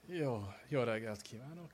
Jó reggelt kívánok!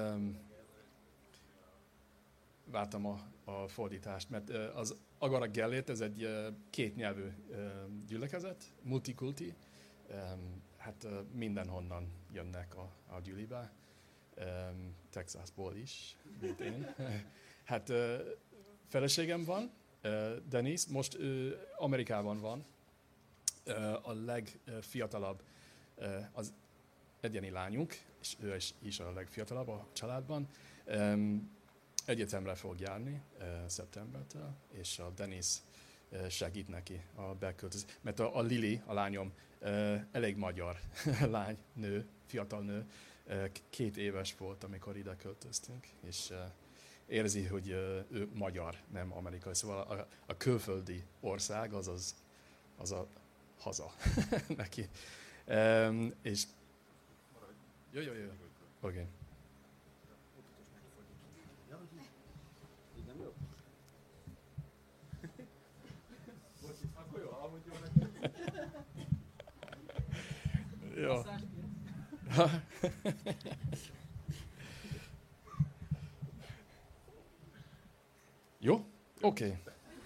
Vártam a fordítást, mert az Agora Gellért, ez egy kétnyelvű gyülekezet, multikulti. Hát mindenhonnan jönnek a gyülibe, Texasból is, mint én. Hát feleségem van, Denise, most Amerikában van, a legfiatalabb az egyeni lányunk, és ő is a legfiatalabb a családban. Egyetemre fog járni szeptembertől, és a Denis segít neki a beköltözés. Mert a Lili, a lányom, elég magyar lány, fiatal nő, 2 éves volt, amikor ide költöztünk, és érzi, hogy ő magyar, nem amerikai. Szóval a külföldi ország az a haza neki. És Jó. Oké. Jó. Jó? Oké.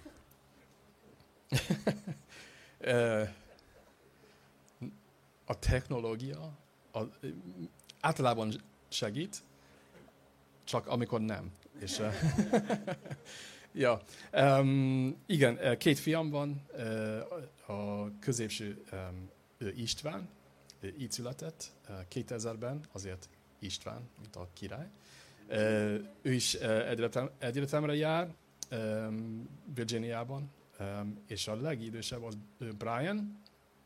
A technológia általában segít, csak amikor nem. És, ja. Igen, 2 fiam van, a középső ő István, ő így született 2000-ben, azért István, mint a király. Ő is egyetemre jár, Virginiában, és a legidősebb az Brian.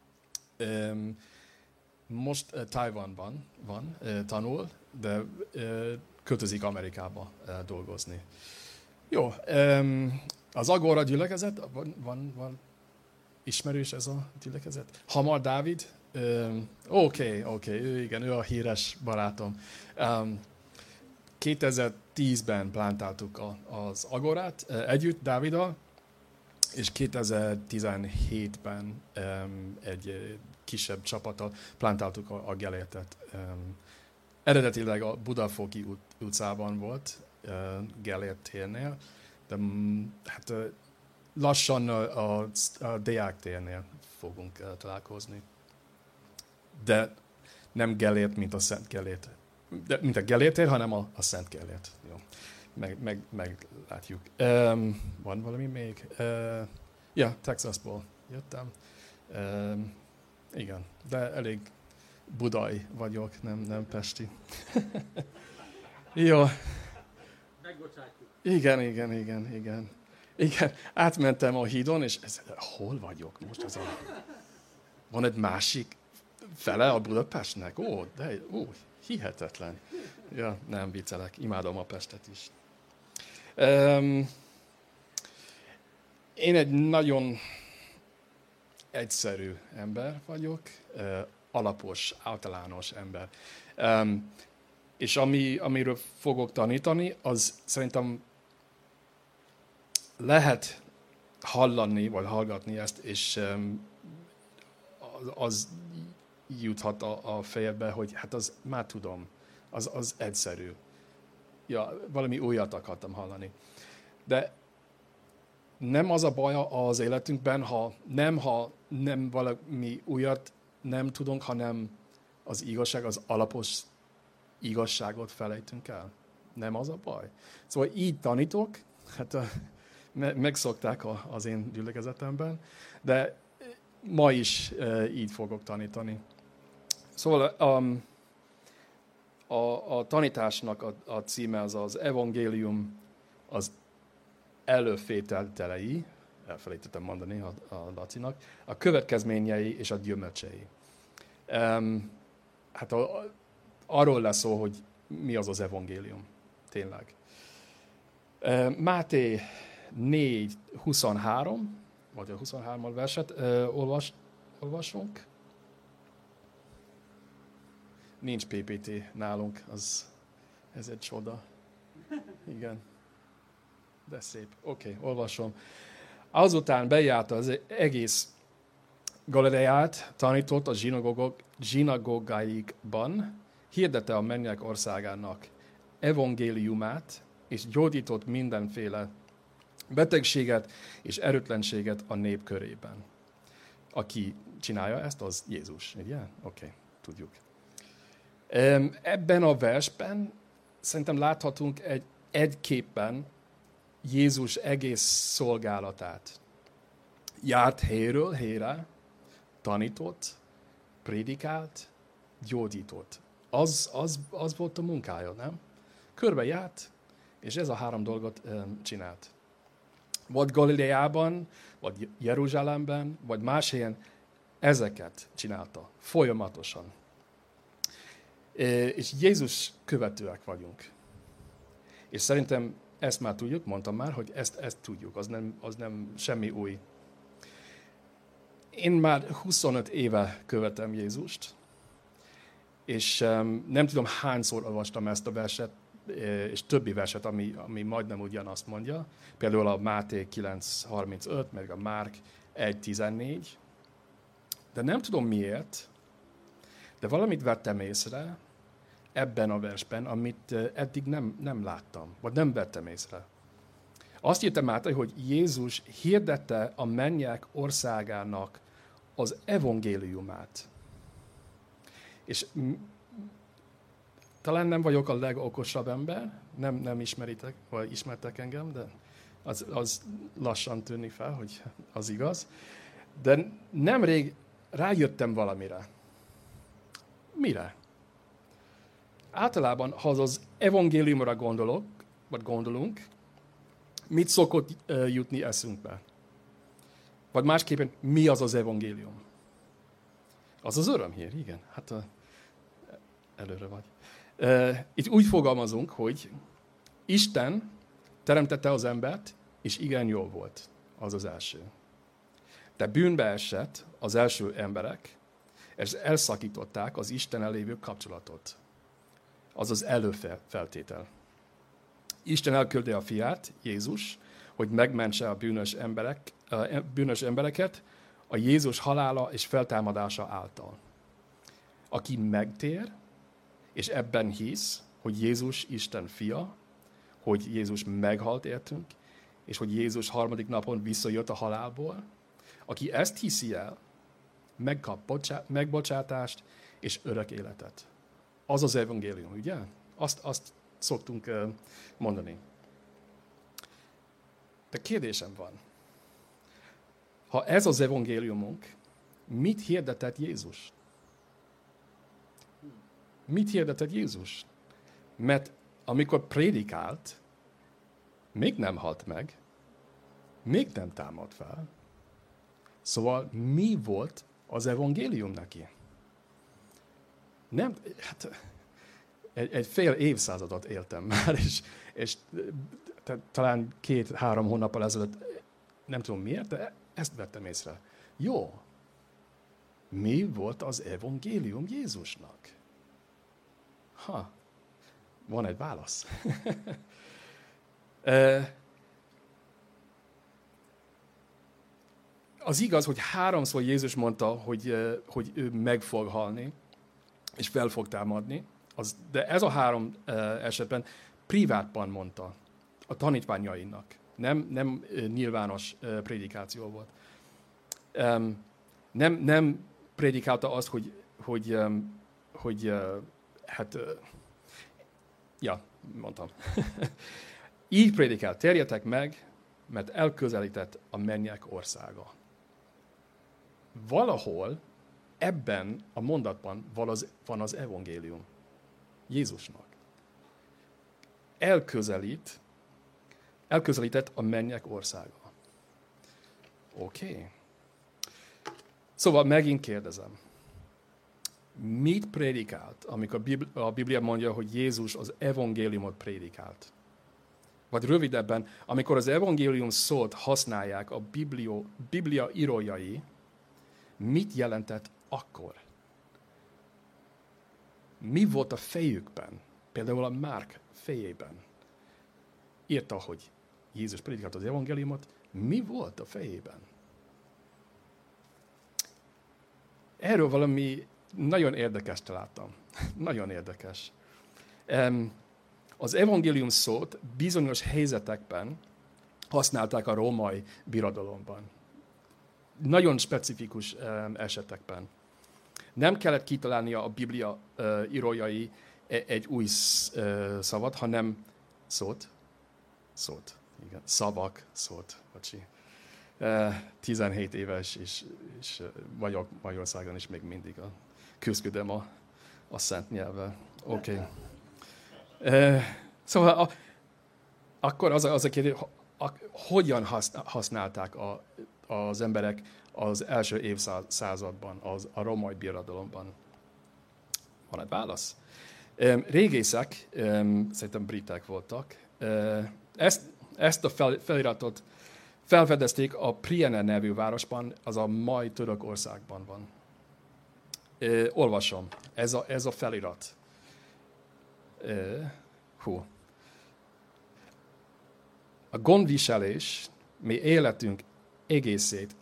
Most Taiwanban van, tanul, de költözik Amerikába dolgozni. Jó, az Agora gyülekezet, van ismerős ez a gyülekezet? Hamar Dávid? Oké, ő a híres barátom. 2010-ben plantáltuk az Agorát együtt Dáviddal, és 2017-ben egy kisebb csapattal plantáltuk a Gellértet. Eredetileg a Budafoki utcában volt, Gellért térnél, de hát lassan a Deák térnél fogunk találkozni. De nem Gellért, mint a Szent Gellért. Mint a Gellért tér, hanem a Szent Gellért. Jó. Meglátjuk. Van valami még? Texasból jöttem. Igen, de elég budai vagyok, nem pesti. Jó. Megbocsátjuk. Igen. Átmentem a hídon, és hol vagyok most? Van egy másik fele a Budapestnek? Hihetetlen. Ja, nem viccelek, imádom a Pestet is. Én egy nagyon egyszerű ember vagyok, alapos, általános ember. És amiről fogok tanítani, az szerintem lehet hallani, vagy hallgatni ezt, és az juthat a fejedbe, hogy hát az már tudom, az egyszerű. Ja, valami újat akartam hallani. De nem az a baj az életünkben, ha nem valami újat nem tudunk, hanem az igazság, az alapos igazságot felejtünk el. Nem az a baj. Szóval így tanítok, hát megszokták az én gyülekezetemben, de ma is így fogok tanítani. Szóval a tanításnak a címe az evangélium, az előfételtelei, elfelejtettem mondani a lacinak, a következményei és a gyümölcsei. Hát arról lesz szó, hogy mi az evangélium, tényleg. Máté 4:23, vagy a 23. verset olvasunk. Nincs PPT nálunk, ez egy csoda. Igen. De szép. Oké, olvasom. Azután bejárta az egész Galileát, tanított a zsinagógáikban, hirdette a mennyek országának evangéliumát, és gyógyított mindenféle betegséget és erőtlenséget a nép körében. Aki csinálja ezt, az Jézus. Ugye? Oké, tudjuk. Ebben a versben szerintem láthatunk egy képen Jézus egész szolgálatát. Járt helyről helyre, tanított, prédikált, gyógyított. Az volt a munkája, nem? Körbe járt, és ez a 3 dolgot csinált. Vagy Galileában, vagy Jeruzsálemben, vagy más helyen ezeket csinálta folyamatosan. És Jézus követőek vagyunk. És szerintem ezt már tudjuk, mondtam már, hogy ezt tudjuk, az nem semmi új. Én már 25 éve követem Jézust, és nem tudom hányszor olvastam ezt a verset, és többi verset, ami majdnem ugyanazt mondja. Például a Máté 9.35, meg a Márk 1.14. De nem tudom miért, de valamit vettem észre ebben a versben, amit eddig nem láttam, vagy nem vettem észre. Azt írtam át, hogy Jézus hirdette a mennyek országának az evangéliumát. És talán nem vagyok a legokosabb ember, nem ismeritek, vagy ismertek engem, de az lassan tűnik fel, hogy az igaz. De nemrég rájöttem valamire. Mire? Általában, ha az evangéliumra gondolunk, mit szokott jutni eszünkbe? Vagy másképpen, mi az evangélium? Az az örömhír, igen. Hát előre vagy. Itt úgy fogalmazunk, hogy Isten teremtette az embert, és igen jó volt. Az az első. De bűnbe esett az első emberek, és elszakították az Istennel lévő kapcsolatot. Az az előfeltétel. Isten elküldi a fiát, Jézus, hogy megmentse a bűnös embereket a Jézus halála és feltámadása által. Aki megtér, és ebben hisz, hogy Jézus Isten fia, hogy Jézus meghalt értünk, és hogy Jézus harmadik napon visszajött a halálból, aki ezt hiszi el, megkap megbocsátást és örök életet. Az az evangélium, ugye? Azt szoktunk mondani. De kérdésem van. Ha ez az evangéliumunk, mit hirdetett Jézus? Mit hirdetett Jézus? Mert amikor prédikált, még nem halt meg, még nem támadt fel. Szóval mi volt az evangélium neki? Nem, hát egy fél évszázadot éltem már, és talán 2-3 hónappal ezelőtt, nem tudom miért, de ezt vettem észre. Jó, mi volt az evangélium Jézusnak? Van egy válasz. Az igaz, hogy 3-szor Jézus mondta, hogy ő meg fog halni, és fel fog támadni, de ez a 3 esetben privátban mondta a tanítványainak. Nem nyilvános prédikáció volt. Nem prédikálta azt, mondtam. Így prédikált, térjetek meg, mert elközelített a mennyek országa. Valahol ebben a mondatban van az evangélium Jézusnak. Elközelített a mennyek országa. Oké. Szóval megint kérdezem. Mit prédikált, amikor a Biblia mondja, hogy Jézus az evangéliumot prédikált? Vagy rövidebben, amikor az evangélium szót használják a Biblia írójai, mit jelentett akkor? Mi volt a fejükben? Például a Márk fejében. Írta, hogy Jézus prédikált az evangéliumot. Mi volt a fejében? Erről valami nagyon érdekes találtam. Nagyon érdekes. Az evangélium szót bizonyos helyzetekben használták a római birodalomban. Nagyon specifikus esetekben. Nem kellett kitalálnia a Biblia írójai egy új szavat, hanem szót. Igen, szavak, szót. Bocsi. 17 éves, és vagyok Magyarországon is még mindig küzdködöm a szent nyelvvel. Oké. Szóval akkor az a kérdés, hogyan használták az emberek az első évszázadban, a római birodalomban? Van egy válasz? Régészek, szerintem britek voltak, ezt a feliratot felfedezték a Priene nevű városban, az a mai Törökországban van. Olvasom, ez a felirat. A gondviselés, mi életünk egészét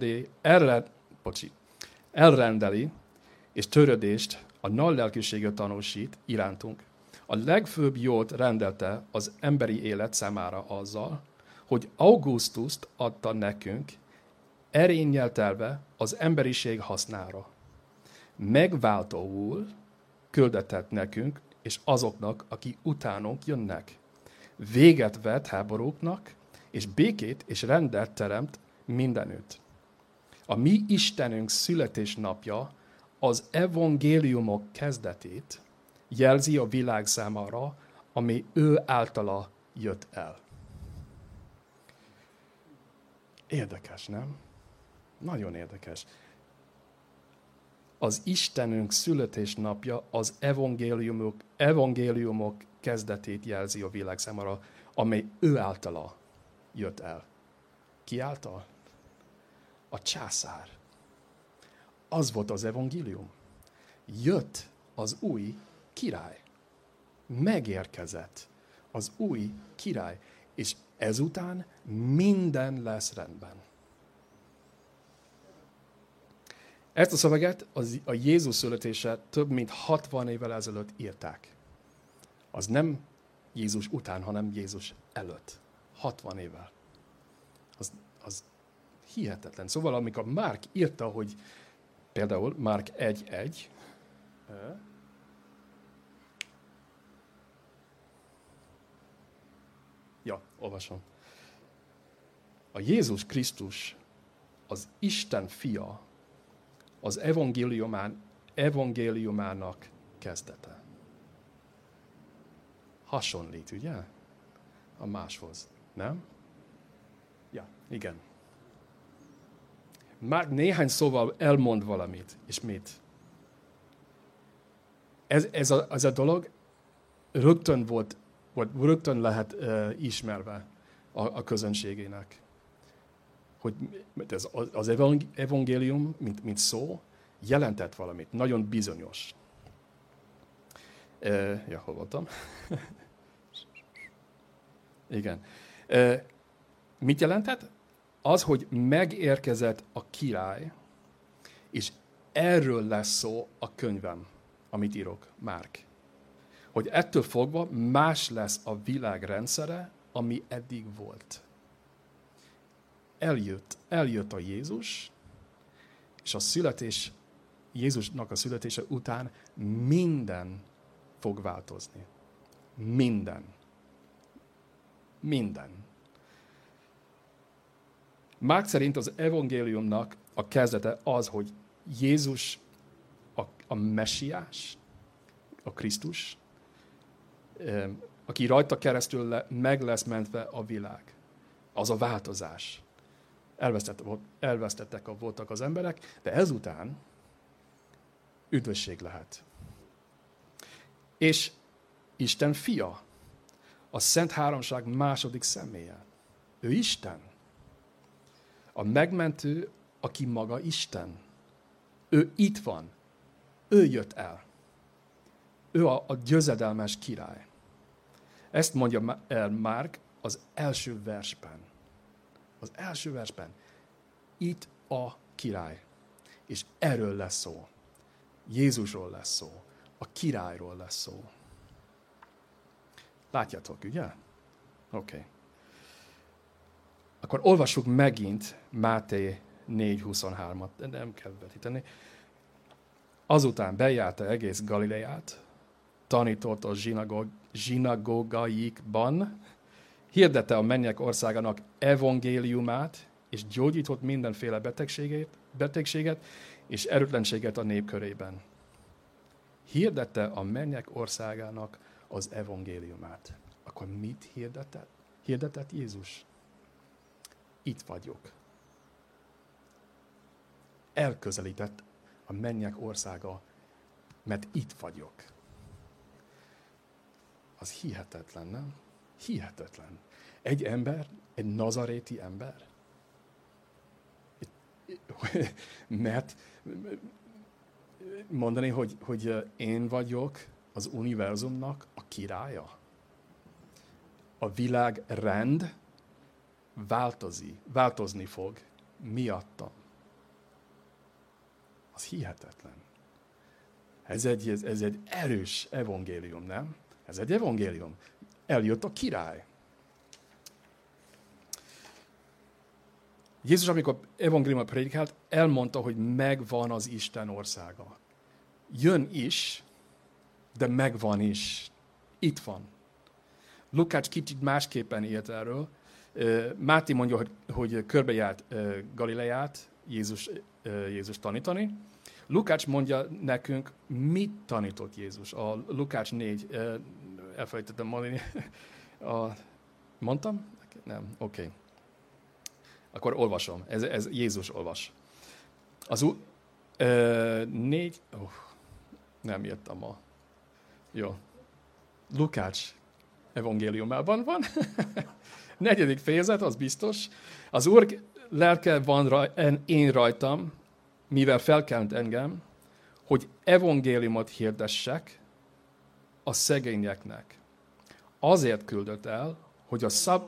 elrendeli, és törődést a nagy lelkűséget tanúsít irántunk. A legfőbb jót rendelte az emberi élet számára azzal, hogy Augustuszt adta nekünk, erénnyel telve az emberiség hasznára. Megváltóul küldetett nekünk, és azoknak, akik utánunk jönnek. Véget vet háborúknak, és békét és rendet teremt mindenütt. A mi Istenünk születésnapja az evangéliumok kezdetét jelzi a világ számára, ami ő általa jött el. Érdekes, nem? Nagyon érdekes. Az Istenünk születésnapja az evangéliumok kezdetét jelzi a világ számára, amely ő általa jött el. Ki által? A császár. Az volt az evangélium. Jött az új király. Megérkezett az új király. És ezután minden lesz rendben. Ezt a szöveget a Jézus születése több mint 60 évvel ezelőtt írták. Az nem Jézus után, hanem Jézus előtt. 60 évvel. Az hihetetlen. Szóval amikor Márk írta, hogy például Márk 1.1, olvasom. A Jézus Krisztus, az Isten fia, az evangéliumának kezdete. Hasonlít, ugye? A máshoz, nem? Ja, igen. Már néhány szóval elmond valamit, és mit? Ez a dolog rögtön lehet ismerve a közönségének. Hogy az evangélium, mint szó, jelentett valamit, nagyon bizonyos. Hol voltam? Igen. Mit jelentett? Az, hogy megérkezett a király, és erről lesz szó a könyvem, amit írok, Márk. Hogy ettől fogva más lesz a világ rendszere, ami eddig volt. Eljött a Jézus, és Jézusnak a születése után minden fog változni. Minden. Márk szerint az evangéliumnak a kezdete az, hogy Jézus a messiás, a Krisztus, aki rajta keresztül meg lesz mentve a világ. Az a változás. Elvesztettek voltak az emberek, de ezután üdvösség lehet. És Isten fia, a Szent Háromság második személye. Ő Isten. A megmentő, aki maga Isten. Ő itt van. Ő jött el. Ő a győzedelmes király. Ezt mondja el Márk az első versben. Az első versben. Itt a király. És erről lesz szó. Jézusról lesz szó. A királyról lesz szó. Látjátok, ugye? Oké. Akkor olvassuk megint Máté 4.23-at, de nem kell vetíteni. Azután bejárta egész Galileát, tanított a zsinagógaikban, hirdette a mennyek országának evangéliumát, és gyógyított mindenféle betegséget és erőtlenséget a nép körében. Hirdette a mennyek országának az evangéliumát. Akkor mit hirdetett? Hirdetett Jézus. Itt vagyok. Elközelített a mennyek országa, mert itt vagyok. Az hihetetlen, nem? Hihetetlen. Egy ember, egy nazaréti ember. Mert mondani, hogy én vagyok az univerzumnak a királya. A világ rend változni fog miattam. Az hihetetlen. Ez egy erős evangélium, nem? Ez egy evangélium. Eljött a király. Jézus, amikor evangéliumot prédikált, elmondta, hogy megvan az Isten országa. Jön is, de megvan is. Itt van. Lukács kicsit másképpen írt erről. Máté mondja, hogy körbejárt Galileát Jézus tanítani. Lukács mondja nekünk, mit tanított Jézus. A Lukács 4, elfelejtettem mondani. Mondtam? Nem? Oké. Akkor olvasom. Ez Jézus olvas. Az 4... nem írtam ma. Jó. Lukács evangéliumában van. 4. fejezet, az biztos. Az Úr lelke van én rajtam, mivel felkelt engem, hogy evangéliumot hirdessek a szegényeknek. Azért küldött el, hogy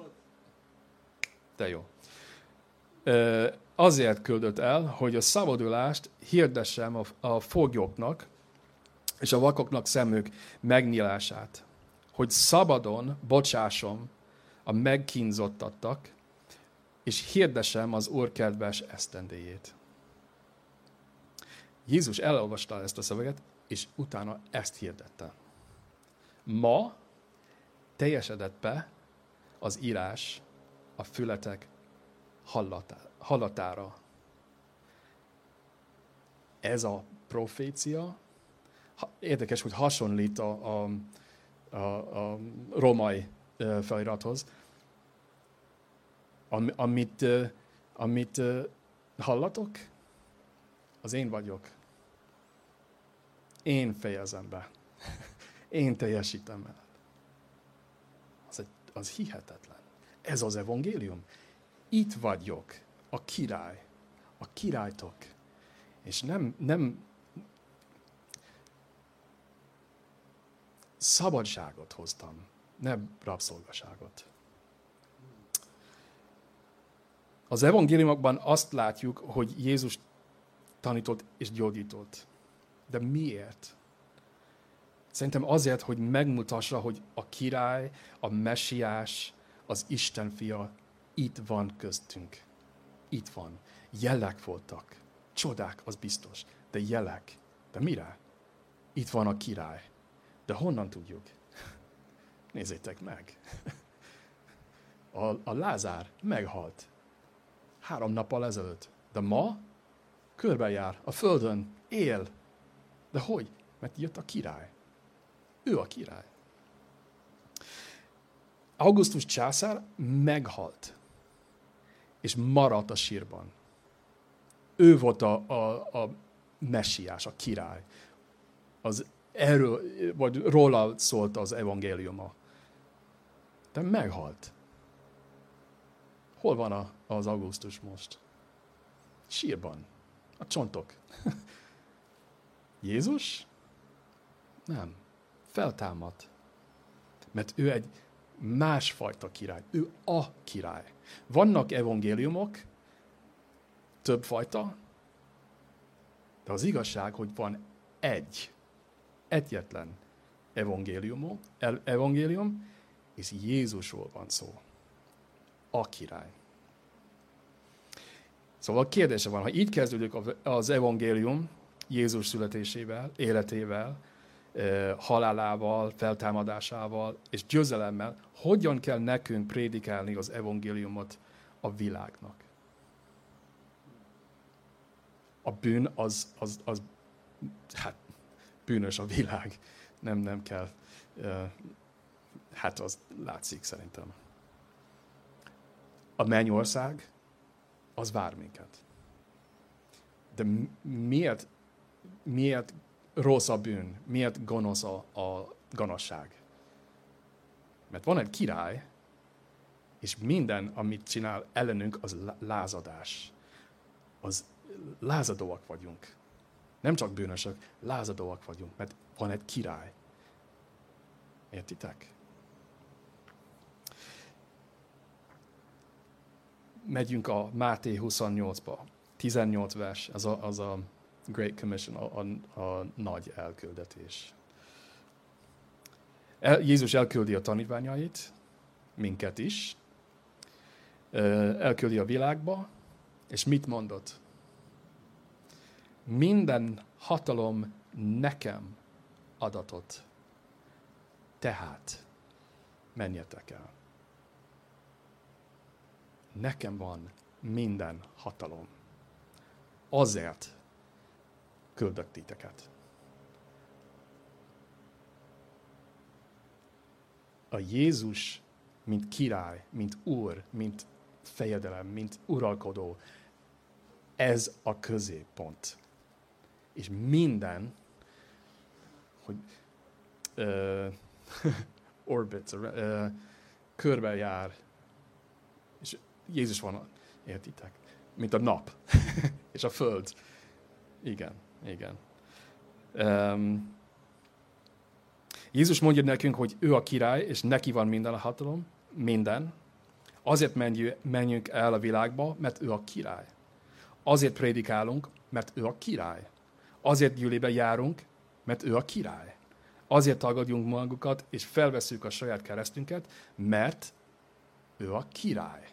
azért küldött el, hogy a szabadulást hirdessem a foglyoknak, és a vakoknak szemük megnyílását, hogy szabadon bocsássom a megkínzottattak, és hirdessem az Úr kedves esztendéjét. Jézus elolvasta ezt a szöveget, és utána ezt hirdette. Ma teljesedett be az írás a fületek hallatára. Ez a profécia, érdekes, hogy hasonlít a római felirathoz, amit hallatok, az én vagyok. Én fejezem be. Én teljesítem el. Az hihetetlen. Ez az evangélium. Itt vagyok, a király. A királytok. És nem szabadságot hoztam, nem rabszolgaságot. Az evangéliumokban azt látjuk, hogy Jézus tanított és gyógyított. De miért? Szerintem azért, hogy megmutassa, hogy a király, a messiás, az Isten fia itt van köztünk. Itt van. Jelek voltak. Csodák, az biztos. De jelek. De mire? Itt van a király. De honnan tudjuk? Nézzétek meg. A Lázár meghalt 3 nappal ezelőtt. De ma körbejár a földön, él. De hogy? Mert jött a király. Ő a király. Augustus császár meghalt, és maradt a sírban. Ő volt a messiás, a király. Vagy róla szólt az evangéliuma. De meghalt. Hol van az Augustus most? Sírban. A csontok. Jézus? Nem. Feltámadt. Mert ő egy másfajta király. Ő a király. Vannak evangéliumok, több fajta, de az igazság, hogy van egyetlen evangélium, és Jézusról van szó. A király. Szóval kérdése van, ha így kezdődik az evangélium Jézus születésével, életével, halálával, feltámadásával és győzelemmel, hogyan kell nekünk prédikálni az evangéliumot a világnak? A bűn az hát bűnös a világ. Nem kell. Hát az látszik szerintem. A mennyország az vár minket. De miért rossz a bűn? Miért gonosz a gonoszság? Mert van egy király, és minden, amit csinál ellenünk, az lázadás. Az lázadóak vagyunk. Nem csak bűnösök, lázadóak vagyunk, mert van egy király. Értitek? Megyünk a Máté 28-ba. 18 vers, az a Great Commission, a nagy elküldetés. Jézus elküldi a tanítványait, minket is, elküldi a világba, és mit mondott? Minden hatalom nekem adatot. Tehát menjetek el. Nekem van minden hatalom. Azért küldök titeket. A Jézus, mint király, mint úr, mint fejedelem, mint uralkodó, ez a középpont. És minden, hogy orbit, körbe jár, és Jézus van, értitek? Mint a nap, és a föld. Igen. Jézus mondja nekünk, hogy ő a király, és neki van minden a hatalom, minden. Azért menjünk el a világba, mert ő a király. Azért prédikálunk, mert ő a király. Azért gyűlébe járunk, mert ő a király. Azért tagadjunk magunkat, és felveszünk a saját keresztünket, mert ő a király.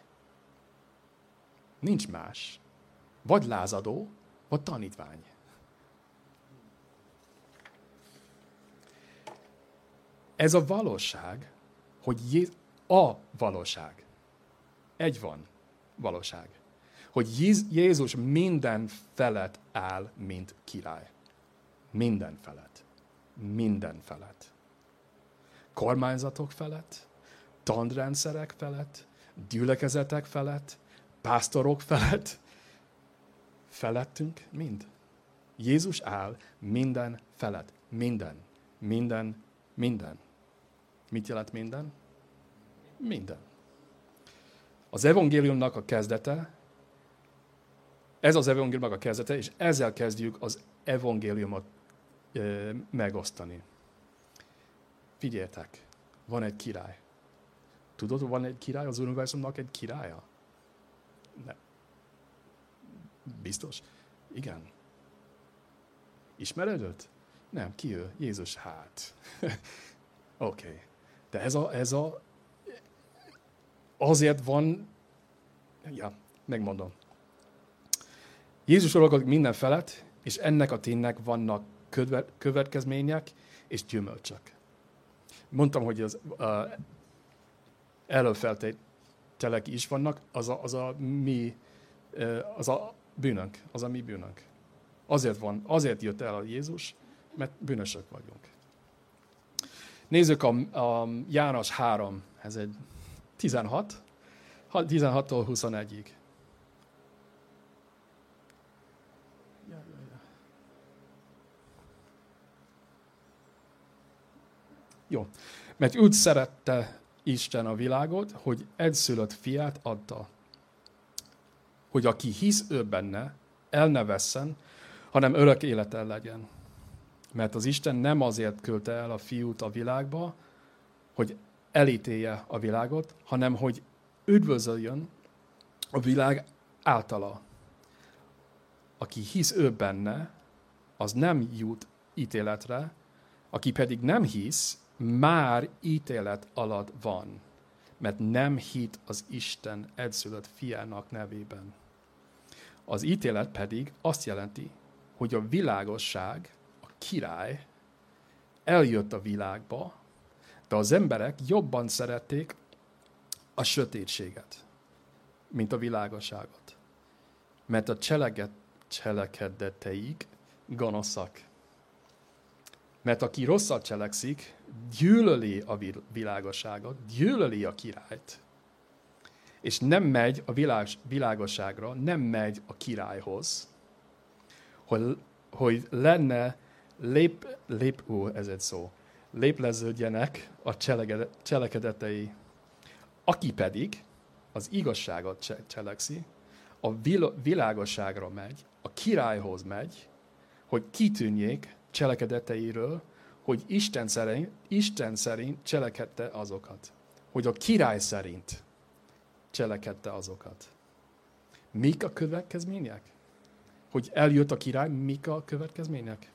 Nincs más. Vagy lázadó, vagy tanítvány. Ez a valóság, hogy a valóság. Egy van valóság. Hogy Jézus minden felett áll, mint király. Minden felett. Minden felett. Kormányzatok felett, tanrendszerek felett, gyülekezetek felett, pásztorok felett, felettünk mind. Jézus áll minden felett. Minden. Mit jelent minden? Minden. Az evangéliumnak a kezdete, ez az evangéliumnak a kezdete, és ezzel kezdjük az evangéliumot megosztani. Figyeljetek, van egy király. Tudod, hogy van egy király, az univerzumnak egy királya? Nem. Biztos? Igen. Ismered őt? Nem, ki ő? Jézus, hát. Oké. De ez a azért van, megmondom. Jézus uralkodik minden felett, és ennek a ténynek vannak következmények és gyümölcsök. Mondtam, hogy az előfeltételek is vannak, az a mi bűnünk, az a mi bűnünk. Azért jött el a Jézus, mert bűnösök vagyunk. Nézzük a János 3, ez egy 16-tól 21-ig. Jó, mert úgy szerette Isten a világot, hogy egyszülött fiát adta, hogy aki hisz ő benne, el ne vesszen, hanem örök élete legyen. Mert az Isten nem azért küldte el a fiút a világba, hogy elítélje a világot, hanem hogy üdvözöljön a világ általa. Aki hisz ő benne, az nem jut ítéletre, aki pedig nem hisz, már ítélet alatt van, mert nem hitt az Isten egyszülött fiának nevében. Az ítélet pedig azt jelenti, hogy a világosság, a király eljött a világba, de az emberek jobban szerették a sötétséget, mint a világosságot. Mert a cselekedeteik gonoszak. Mert aki rosszat cselekszik, gyűlöli a világosságot, gyűlöli a királyt. És nem megy a világosságra, nem megy a királyhoz, hogy lenne lépleződjenek a cselekedetei. Aki pedig az igazságot cselekszi, a világosságra megy, a királyhoz megy, hogy kitűnjék cselekedeteiről, hogy Isten szerint cselekedte azokat. Hogy a király szerint cselekedte azokat. Mik a következmények? Hogy eljött a király, mik a következmények?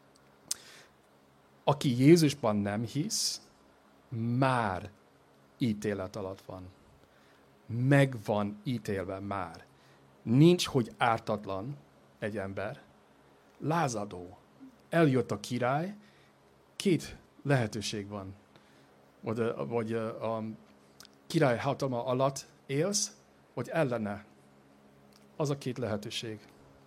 Aki Jézusban nem hisz, már ítélet alatt van. Meg van ítélve már. Nincs, hogy ártatlan egy ember. Lázadó. Eljött a király, két lehetőség van. Vagy a király hatalma alatt élsz, vagy ellene. Az a két lehetőség.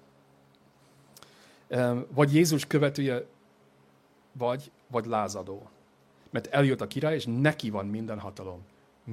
Vagy Jézus követője vagy lázadó. Mert eljött a király, és neki van minden hatalom.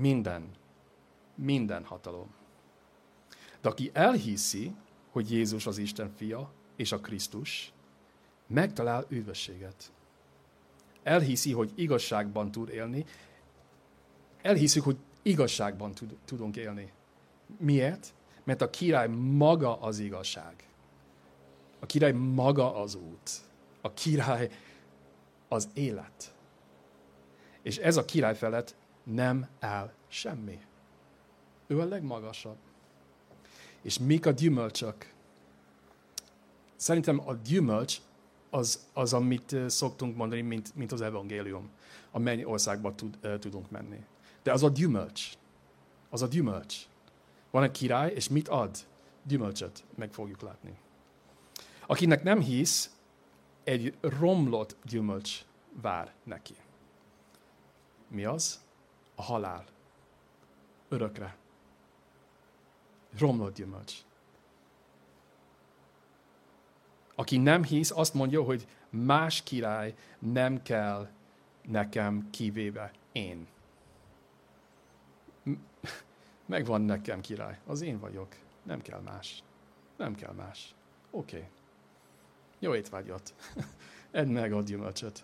Minden hatalom. De aki elhiszi, hogy Jézus az Isten fia, és a Krisztus, megtalál üdvösséget. Elhiszi, hogy igazságban tud élni. Elhiszük, hogy igazságban tudunk élni. Miért? Mert a király maga az igazság. A király maga az út. A király az élet. És ez a király felett nem áll semmi. Ő a legmagasabb. És mik a gyümölcsök? Szerintem a gyümölcs az amit szoktunk mondani, mint az evangélium. A menny országba tudunk menni. De az a gyümölcs. Az a gyümölcs. Van egy király, és mit ad? Gyümölcsöt meg fogjuk látni. Akinek nem hisz, egy romlott gyümölcs vár neki. Mi az? A halál. Örökre. Romlott gyümölcs. Aki nem hisz, azt mondja, hogy más király nem kell nekem kivéve én. Megvan nekem király. Az én vagyok. Nem kell más. Nem kell más. Oké. Jó étvágyat. Edd meg a gyümölcsöt.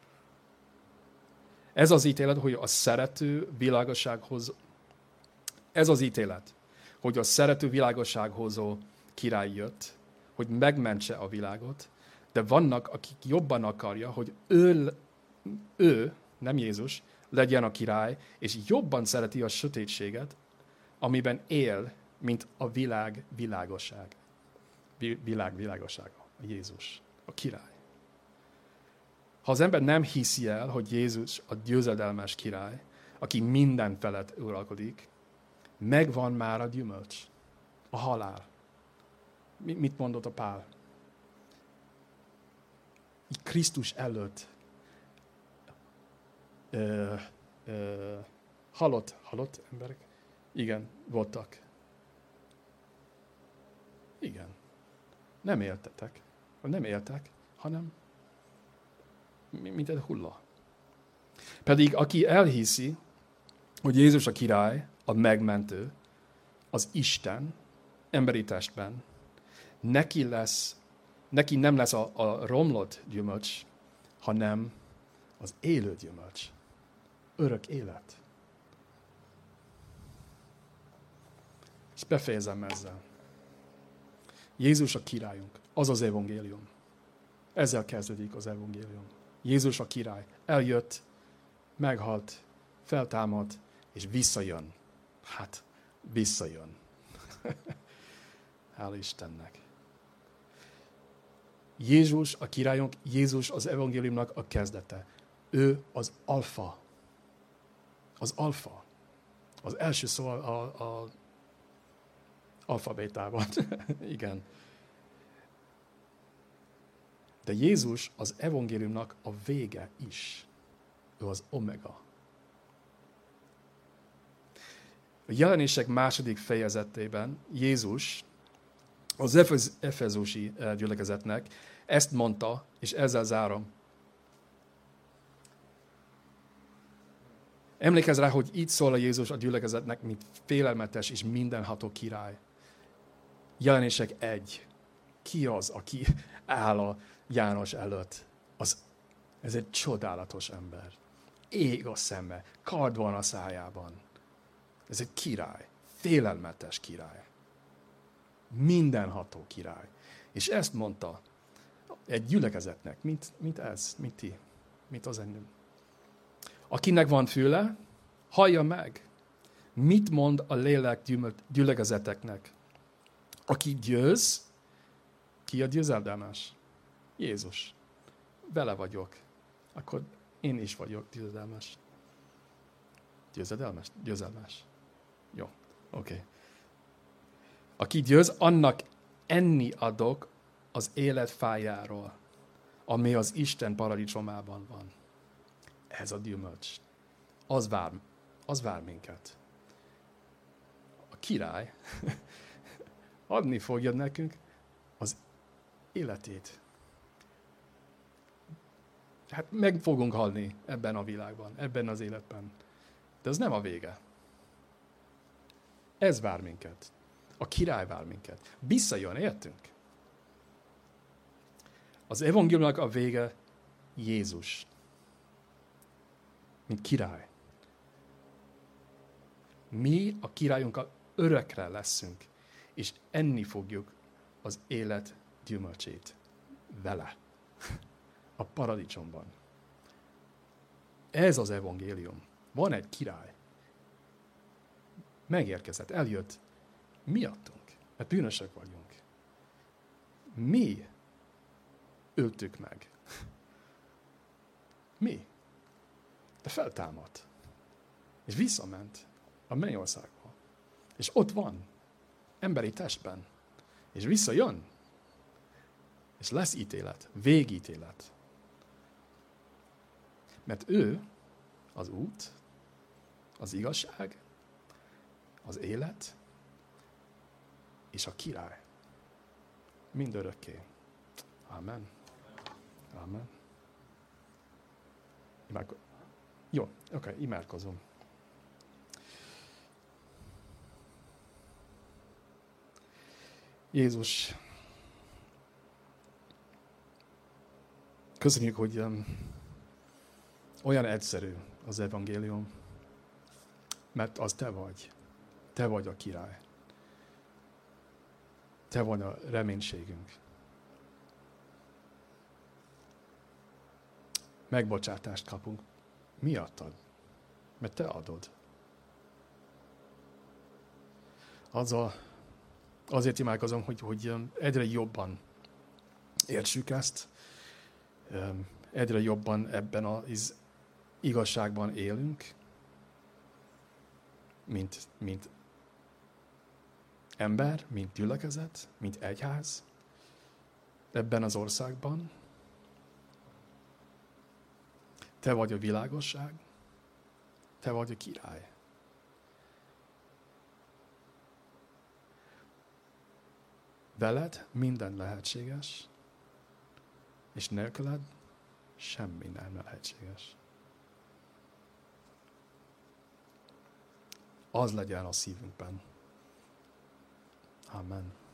Ez az ítélet, hogy a szerető világossághoz... Ez az ítélet, hogy a szerető világossághozó király jött, hogy megmentse a világot, de vannak, akik jobban akarja, hogy ő, nem Jézus, legyen a király, és jobban szereti a sötétséget, amiben él, mint a világ világosság. Világ világossága, a Jézus, a király. Ha az ember nem hiszi el, hogy Jézus a győzedelmes király, aki minden felett uralkodik, megvan már a gyümölcs, a halál. Mit mondott a Pál? Krisztus előtt halott emberek? Igen, voltak. Igen. Nem éltek, hanem mint egy hulla. Pedig aki elhiszi, hogy Jézus a király, a megmentő, az Isten emberi testben, neki nem lesz a romlott gyümölcs, hanem az élő gyümölcs. Örök élet. És befejezem ezzel. Jézus a királyunk. Az az evangélium. Ezzel kezdődik az evangélium. Jézus a király. Eljött, meghalt, feltámad, és visszajön. Hát, visszajön. Hál' Istennek. Jézus a királyunk, Jézus az evangéliumnak a kezdete. Ő az alfa. Az alfa. Az első szó a alfabétában. Igen. De Jézus az evangéliumnak a vége is. Ő az omega. A Jelenések második fejezetében Jézus az efezusi gyülekezetnek ezt mondta, és ezzel zárom. Emlékezz rá, hogy így szól a Jézus a gyülekezetnek, mint félelmetes és mindenható király. Jelenések 1. Ki az, aki áll a János előtt? Ez egy csodálatos ember. Ég a szeme, kard van a szájában. Ez egy király, félelmetes király. Mindenható király. És ezt mondta egy gyülekezetnek, mint ez, mint ti, mint az ennyi. Akinek van füle, hallja meg, mit mond a lélek gyülekezeteknek. Aki győz, ki a győzelmes? Jézus. Vele vagyok. Akkor én is vagyok győzelmes. Győzelmes. Jó, oké. Aki győz, annak enni adok az élet fájáról, ami az Isten paradicsomában van. Ez a gyümölcs. Az vár minket. A király adni fogja nekünk az életét. Hát meg fogunk halni ebben a világban, ebben az életben. De ez nem a vége. Ez vár minket. A király vár minket. Visszajön, értünk? Az evangéliumnak a vége Jézus. Mint király. Mi a királyunkkal örökre leszünk, és enni fogjuk az élet gyümölcsét. Vele. A paradicsomban. Ez az evangélium. Van egy király. Megérkezett, eljött miattunk, mert bűnösök vagyunk. Mi öltük meg. Mi? De feltámadt. És visszament a mennyországba. És ott van, emberi testben. És visszajön. És lesz ítélet, végítélet. Mert ő az út, az igazság, az élet és a király. Mindörökké. Amen. Amen. Jó, oké, imádkozom. Jézus, köszönjük, hogy olyan egyszerű az evangélium, mert az te vagy. Te vagy a király. Te vagy a reménységünk. Megbocsátást kapunk. Miattad? Mert te adod. Azért imádkozom, hogy egyre jobban értsük ezt, egyre jobban ebben az igazságban élünk, mint ember, mint gyülekezet, mint egyház ebben az országban. Te vagy a világosság, te vagy a király. Veled minden lehetséges, és nélküled semmi nem lehetséges. Az legyen a szívünkben. Amen.